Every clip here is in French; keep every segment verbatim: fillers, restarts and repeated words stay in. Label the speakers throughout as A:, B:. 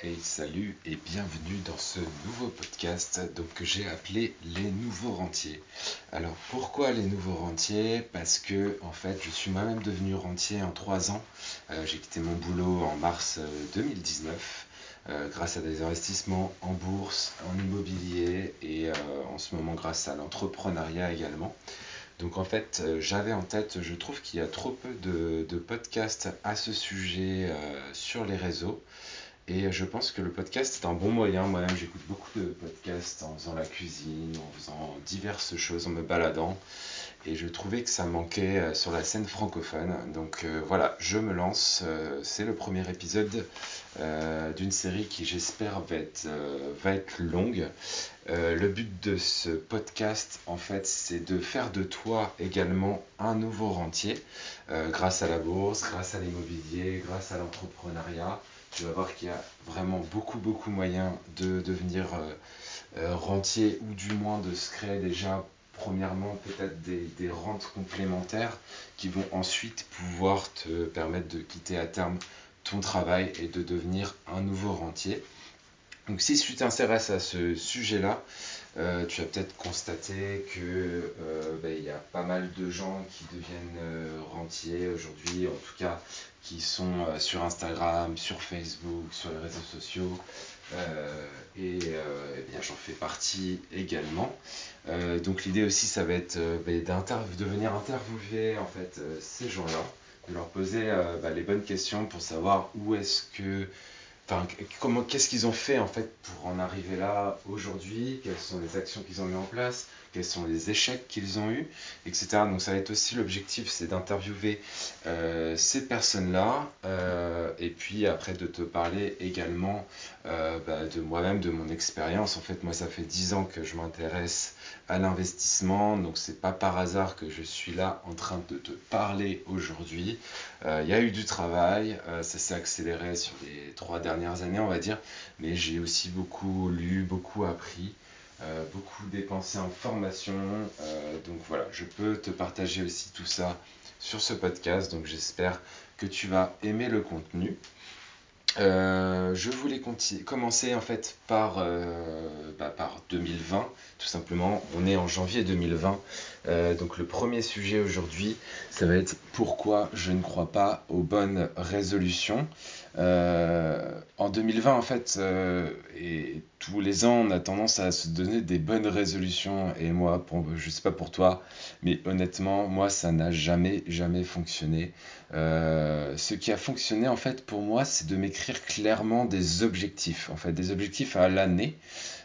A: Et salut et bienvenue dans ce nouveau podcast donc, que j'ai appelé Les Nouveaux Rentiers. Alors pourquoi les nouveaux rentiers? Parce que en fait je suis moi-même devenu rentier en trois ans. Euh, j'ai quitté mon boulot en mars euh, deux mille dix-neuf euh, grâce à des investissements en bourse, en immobilier et euh, en ce moment grâce à l'entrepreneuriat également. Donc en fait, euh, j'avais en tête, je trouve qu'il y a trop peu de, de podcasts à ce sujet euh, sur les réseaux. Et je pense que le podcast est un bon moyen. Moi-même, j'écoute beaucoup de podcasts en faisant la cuisine, en faisant diverses choses, en me baladant. Et je trouvais que ça manquait euh, sur la scène francophone. Donc euh, voilà, je me lance. Euh, c'est le premier épisode euh, d'une série qui, j'espère, va être, euh, va être longue. Euh, le but de ce podcast, en fait, c'est de faire de toi également un nouveau rentier euh, grâce à la bourse, grâce à l'immobilier, grâce à l'entrepreneuriat. Tu vas voir qu'il y a vraiment beaucoup, beaucoup moyen de devenir euh, euh, rentier ou du moins de se créer déjà, premièrement, peut-être des, des rentes complémentaires qui vont ensuite pouvoir te permettre de quitter à terme ton travail et de devenir un nouveau rentier. Donc si tu t'intéresses à ce sujet-là, euh, tu vas peut-être constater que euh, ben, y a pas mal de gens qui deviennent euh, rentiers aujourd'hui, en tout cas qui sont euh, sur Instagram, sur Facebook, sur les réseaux sociaux. Euh, et euh, eh bien, j'en fais partie également. Euh, donc l'idée aussi, ça va être euh, ben, de venir interviewer en fait euh, ces gens-là, de leur poser euh, ben, les bonnes questions pour savoir où est-ce que Enfin, comment, qu'est-ce qu'ils ont fait en fait pour en arriver là aujourd'hui? Quelles sont les actions qu'ils ont mis en place? Quels sont les échecs qu'ils ont eus, et cetera. Donc ça va être aussi l'objectif, c'est d'interviewer euh, ces personnes-là, euh, et puis après de te parler également euh, bah, de moi-même, de mon expérience. En fait, moi, ça fait dix ans que je m'intéresse à l'investissement, donc c'est pas par hasard que je suis là en train de te parler aujourd'hui. Il euh, y a eu du travail, euh, ça s'est accéléré sur les trois dernières années, on va dire, mais j'ai aussi beaucoup lu, beaucoup appris, euh, beaucoup dépensé en formation. Euh, donc voilà, je peux te partager aussi tout ça sur ce podcast, donc j'espère que tu vas aimer le contenu. Euh, je voulais conti- commencer en fait par, euh, bah, par deux mille vingt, tout simplement. On est en janvier deux mille vingt. Euh, donc le premier sujet aujourd'hui, ça va être pourquoi je ne crois pas aux bonnes résolutions. Euh, en deux mille vingt, en fait, euh, et tous les ans, on a tendance à se donner des bonnes résolutions. Et moi, pour, je sais pas pour toi, mais honnêtement, moi, ça n'a jamais, jamais fonctionné. Euh, ce qui a fonctionné en fait pour moi, c'est de m'écrire clairement des objectifs, en fait, des objectifs à l'année,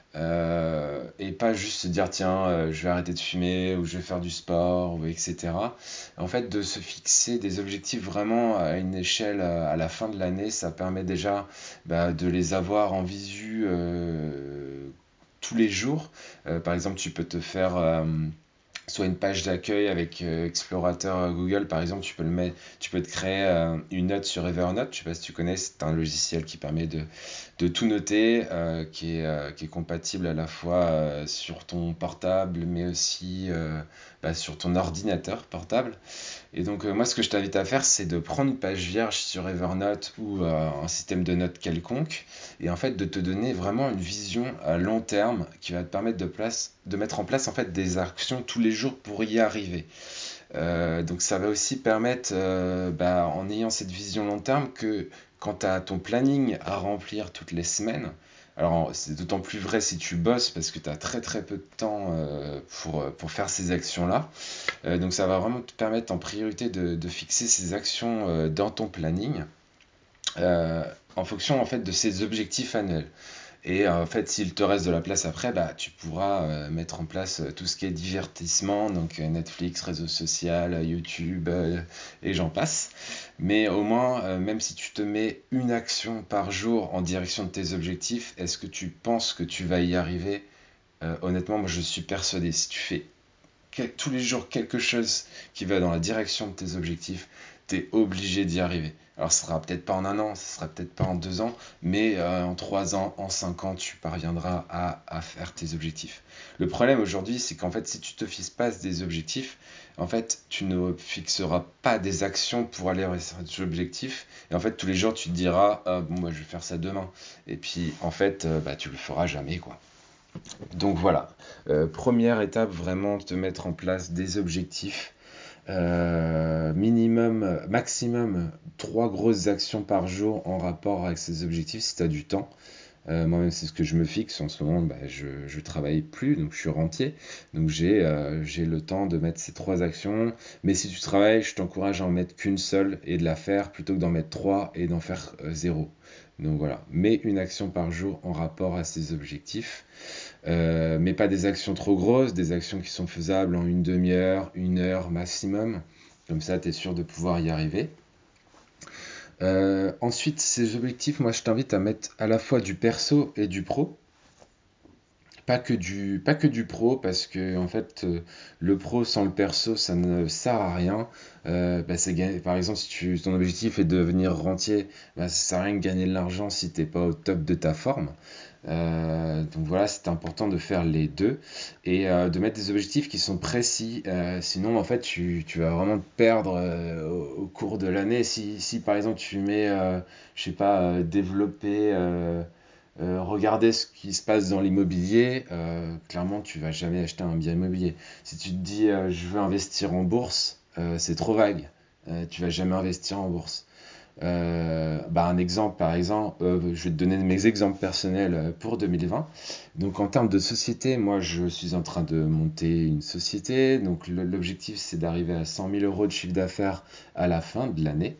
A: euh, et pas juste se dire tiens, euh, je vais arrêter de fumer ou je vais faire du sport, ou et cetera. En fait, de se fixer des objectifs vraiment à une échelle à, à la fin de l'année, ça permet déjà bah, de les avoir en visu euh, tous les jours. Euh, par exemple, tu peux te faire euh, soit une page d'accueil avec euh, Explorateur euh, Google, par exemple, tu peux le mettre, tu peux te créer euh, une note sur Evernote. Je sais pas si tu connais, c'est un logiciel qui permet de, de tout noter, euh, qui est, euh, qui est compatible à la fois euh, sur ton portable, mais aussi euh, bah, sur ton ordinateur portable. Et donc, euh, moi, ce que je t'invite à faire, c'est de prendre une page vierge sur Evernote ou euh, un système de notes quelconque, et en fait, de te donner vraiment une vision à long terme qui va te permettre de, place, de mettre en place en fait des actions tous les jours pour y arriver. Euh, donc, ça va aussi permettre, euh, bah, en ayant cette vision long terme, que quand tu as ton planning à remplir toutes les semaines, alors c'est d'autant plus vrai si tu bosses parce que tu as très très peu de temps euh, pour, pour faire ces actions-là. Euh, donc ça va vraiment te permettre en priorité de, de fixer ces actions euh, dans ton planning euh, en fonction en fait de ces objectifs annuels. Et euh, en fait, s'il te reste de la place après, bah, tu pourras euh, mettre en place euh, tout ce qui est divertissement, donc euh, Netflix, réseaux sociaux, euh, YouTube, euh, et j'en passe. Mais au moins, euh, même si tu te mets une action par jour en direction de tes objectifs, est-ce que tu penses que tu vas y arriver? Euh, honnêtement, moi je suis persuadé, si tu fais quel- tous les jours quelque chose qui va dans la direction de tes objectifs, tu es obligé d'y arriver. Alors, ce sera peut-être pas en un an, ce sera peut-être pas en deux ans, mais euh, en trois ans, en cinq ans, tu parviendras à, à faire tes objectifs. Le problème aujourd'hui, c'est qu'en fait, si tu te fixes pas des objectifs, en fait, tu ne fixeras pas des actions pour aller vers ces objectifs. Et en fait, tous les jours, tu te diras, ah, bon, bah, je vais faire ça demain. Et puis, en fait, euh, bah, tu le feras jamais, quoi. Donc voilà, Euh, première étape, vraiment te mettre en place des objectifs. Euh, minimum, maximum, trois grosses actions par jour en rapport avec ces objectifs si tu as du temps. Euh, moi-même, c'est ce que je me fixe. En ce moment, bah, je ne travaille plus, donc je suis rentier. Donc j'ai euh, j'ai le temps de mettre ces trois actions. Mais si tu travailles, je t'encourage à en mettre qu'une seule et de la faire plutôt que d'en mettre trois et d'en faire euh, zéro. Donc voilà, mets une action par jour en rapport à ces objectifs. Euh, mais pas des actions trop grosses, des actions qui sont faisables en une demi-heure, une heure maximum. Comme ça, tu es sûr de pouvoir y arriver. Euh, ensuite, ces objectifs, moi je t'invite à mettre à la fois du perso et du pro. Pas que du, pas que du pro, parce que en fait, euh, le pro sans le perso, ça ne sert à rien. Euh, bah, c'est gagner- par exemple, si tu, ton objectif est de devenir rentier, bah, ça sert à rien de gagner de l'argent si t'es pas au top de ta forme. Euh, donc voilà, c'est important de faire les deux et euh, de mettre des objectifs qui sont précis. Euh, sinon, en fait, tu, tu vas vraiment te perdre euh, au, au cours de l'année. Si, si par exemple tu mets, euh, je sais pas, euh, développer. Euh, euh, regarder ce qui se passe dans l'immobilier, euh, clairement, tu vas jamais acheter un bien immobilier. Si tu te dis, euh, je veux investir en bourse, euh, c'est trop vague. Euh, tu vas jamais investir en bourse. Euh, bah, un exemple, par exemple, euh, je vais te donner mes exemples personnels euh, pour deux mille vingt. Donc, en termes de société, moi, je suis en train de monter une société. Donc, le- l'objectif, c'est d'arriver à cent mille euros de chiffre d'affaires à la fin de l'année.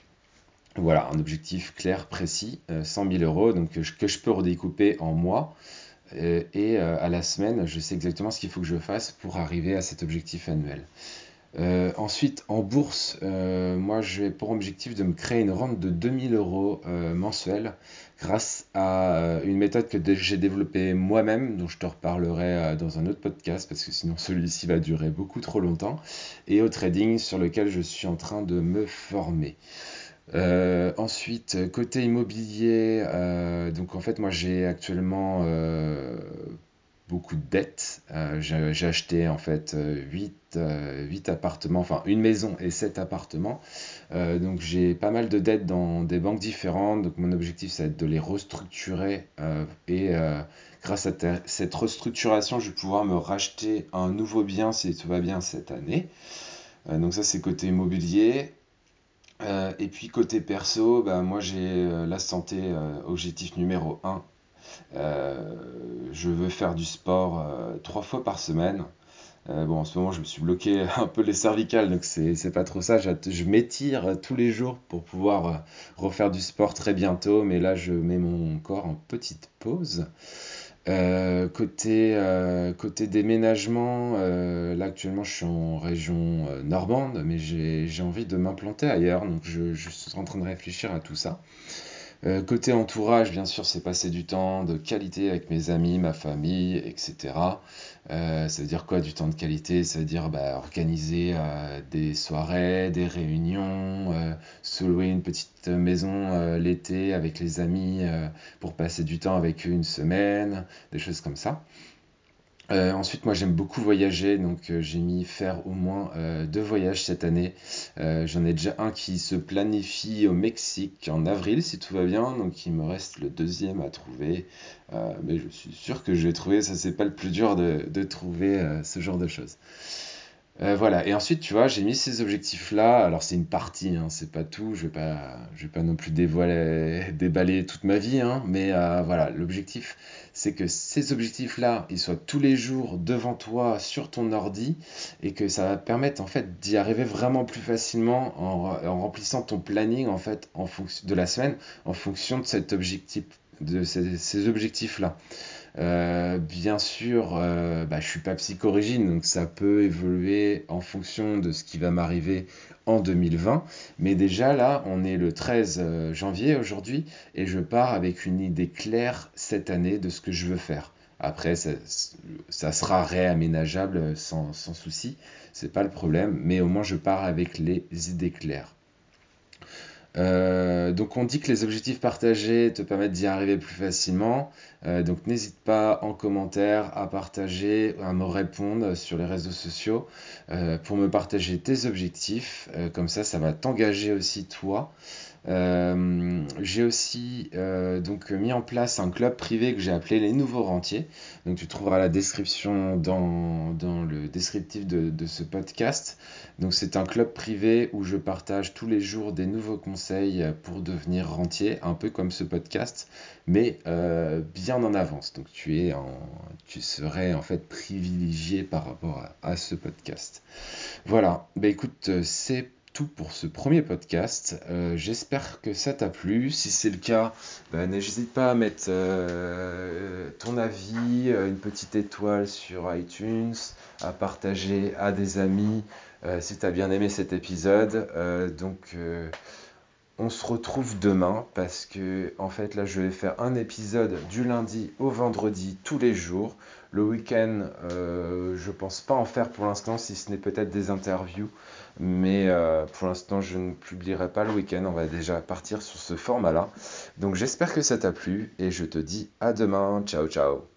A: Voilà, un objectif clair, précis, euh, cent mille euros, donc que je, que je peux redécouper en mois. Euh, et euh, à la semaine, je sais exactement ce qu'il faut que je fasse pour arriver à cet objectif annuel. Euh, ensuite, en bourse, euh, moi j'ai pour objectif de me créer une rente de deux mille euros euh, mensuels grâce à euh, une méthode que dé- j'ai développée moi-même, dont je te reparlerai euh, dans un autre podcast parce que sinon celui-ci va durer beaucoup trop longtemps, et au trading sur lequel je suis en train de me former. Euh, ensuite, côté immobilier, euh, donc en fait, moi j'ai actuellement euh, beaucoup de dettes. Euh, j'ai j'ai acheté en fait huit appartements, enfin une maison et sept appartements. Euh, donc j'ai pas mal de dettes dans des banques différentes. Donc mon objectif, ça va être de les restructurer euh, et euh, grâce à ta- cette restructuration, je vais pouvoir me racheter un nouveau bien si tout va bien cette année. Euh, donc ça, c'est côté immobilier. Euh, et puis côté perso, bah, moi j'ai euh, la santé, euh, objectif numéro un. Euh, je veux faire du sport euh, trois fois par semaine. Euh, bon, en ce moment, je me suis bloqué un peu les cervicales, donc c'est c'est pas trop ça. J'att- Je m'étire tous les jours pour pouvoir euh, refaire du sport très bientôt, mais là, je mets mon corps en petite pause. Euh, côté, euh, côté déménagement, euh, là actuellement je suis en région euh, normande, mais j'ai j'ai envie de m'implanter ailleurs, donc je, je suis en train de réfléchir à tout ça. Euh, côté entourage, bien sûr, c'est passer du temps de qualité avec mes amis, ma famille, et cetera. Euh, ça veut dire quoi du temps de qualité? Ça veut dire bah, organiser euh, des soirées, des réunions, euh, se louer une petite maison euh, l'été avec les amis euh, pour passer du temps avec eux une semaine, des choses comme ça. Euh, ensuite, moi j'aime beaucoup voyager, donc euh, j'ai mis faire au moins euh, deux voyages cette année. Euh, j'en ai déjà un qui se planifie au Mexique en avril si tout va bien, donc il me reste le deuxième à trouver. Euh, mais je suis sûr que je vais trouver, ça c'est pas le plus dur de, de trouver euh, ce genre de choses. Euh, voilà, et ensuite, tu vois, j'ai mis ces objectifs-là. Alors, c'est une partie, hein, c'est pas tout. Je vais pas, je vais pas non plus dévoiler, déballer toute ma vie, hein, mais euh, voilà, l'objectif, c'est que ces objectifs-là, ils soient tous les jours devant toi sur ton ordi et que ça va te permettre en fait d'y arriver vraiment plus facilement en, en remplissant ton planning en fait en fonction de la semaine en fonction de cet objectif, de ces, ces objectifs-là. Euh, bien sûr, euh, bah, je suis pas psychorigide, donc ça peut évoluer en fonction de ce qui va m'arriver en deux mille vingt. Mais déjà là, on est le treize euh, janvier aujourd'hui, et je pars avec une idée claire cette année de ce que je veux faire. Après, ça, ça sera réaménageable sans, sans souci, c'est pas le problème, mais au moins je pars avec les idées claires. Euh, donc on dit que les objectifs partagés te permettent d'y arriver plus facilement. Euh, donc n'hésite pas en commentaire à partager, à me répondre sur les réseaux sociaux euh, pour me partager tes objectifs. Euh, comme ça, ça va t'engager aussi toi. Euh, j'ai aussi euh, donc mis en place un club privé que j'ai appelé les Nouveaux Rentiers. Donc tu trouveras la description dans, dans le descriptif de, de ce podcast. Donc c'est un club privé où je partage tous les jours des nouveaux conseils pour devenir rentier, un peu comme ce podcast, mais euh, bien en avance. Donc tu es en, tu serais en fait privilégié par rapport à, à ce podcast. Voilà, bah écoute, euh, c'est tout pour ce premier podcast. Euh, j'espère que ça t'a plu. Si c'est le cas, bah, n'hésite pas à mettre euh, ton avis, euh, une petite étoile sur iTunes, à partager à des amis euh, si tu as bien aimé cet épisode. Euh, donc, euh, on se retrouve demain parce que en fait là je vais faire un épisode du lundi au vendredi tous les jours. Le week-end, euh, je pense pas en faire pour l'instant, si ce n'est peut-être des interviews, mais euh, pour l'instant je ne publierai pas le week-end. On va déjà partir sur ce format-là. Donc j'espère que ça t'a plu et je te dis à demain. Ciao ciao.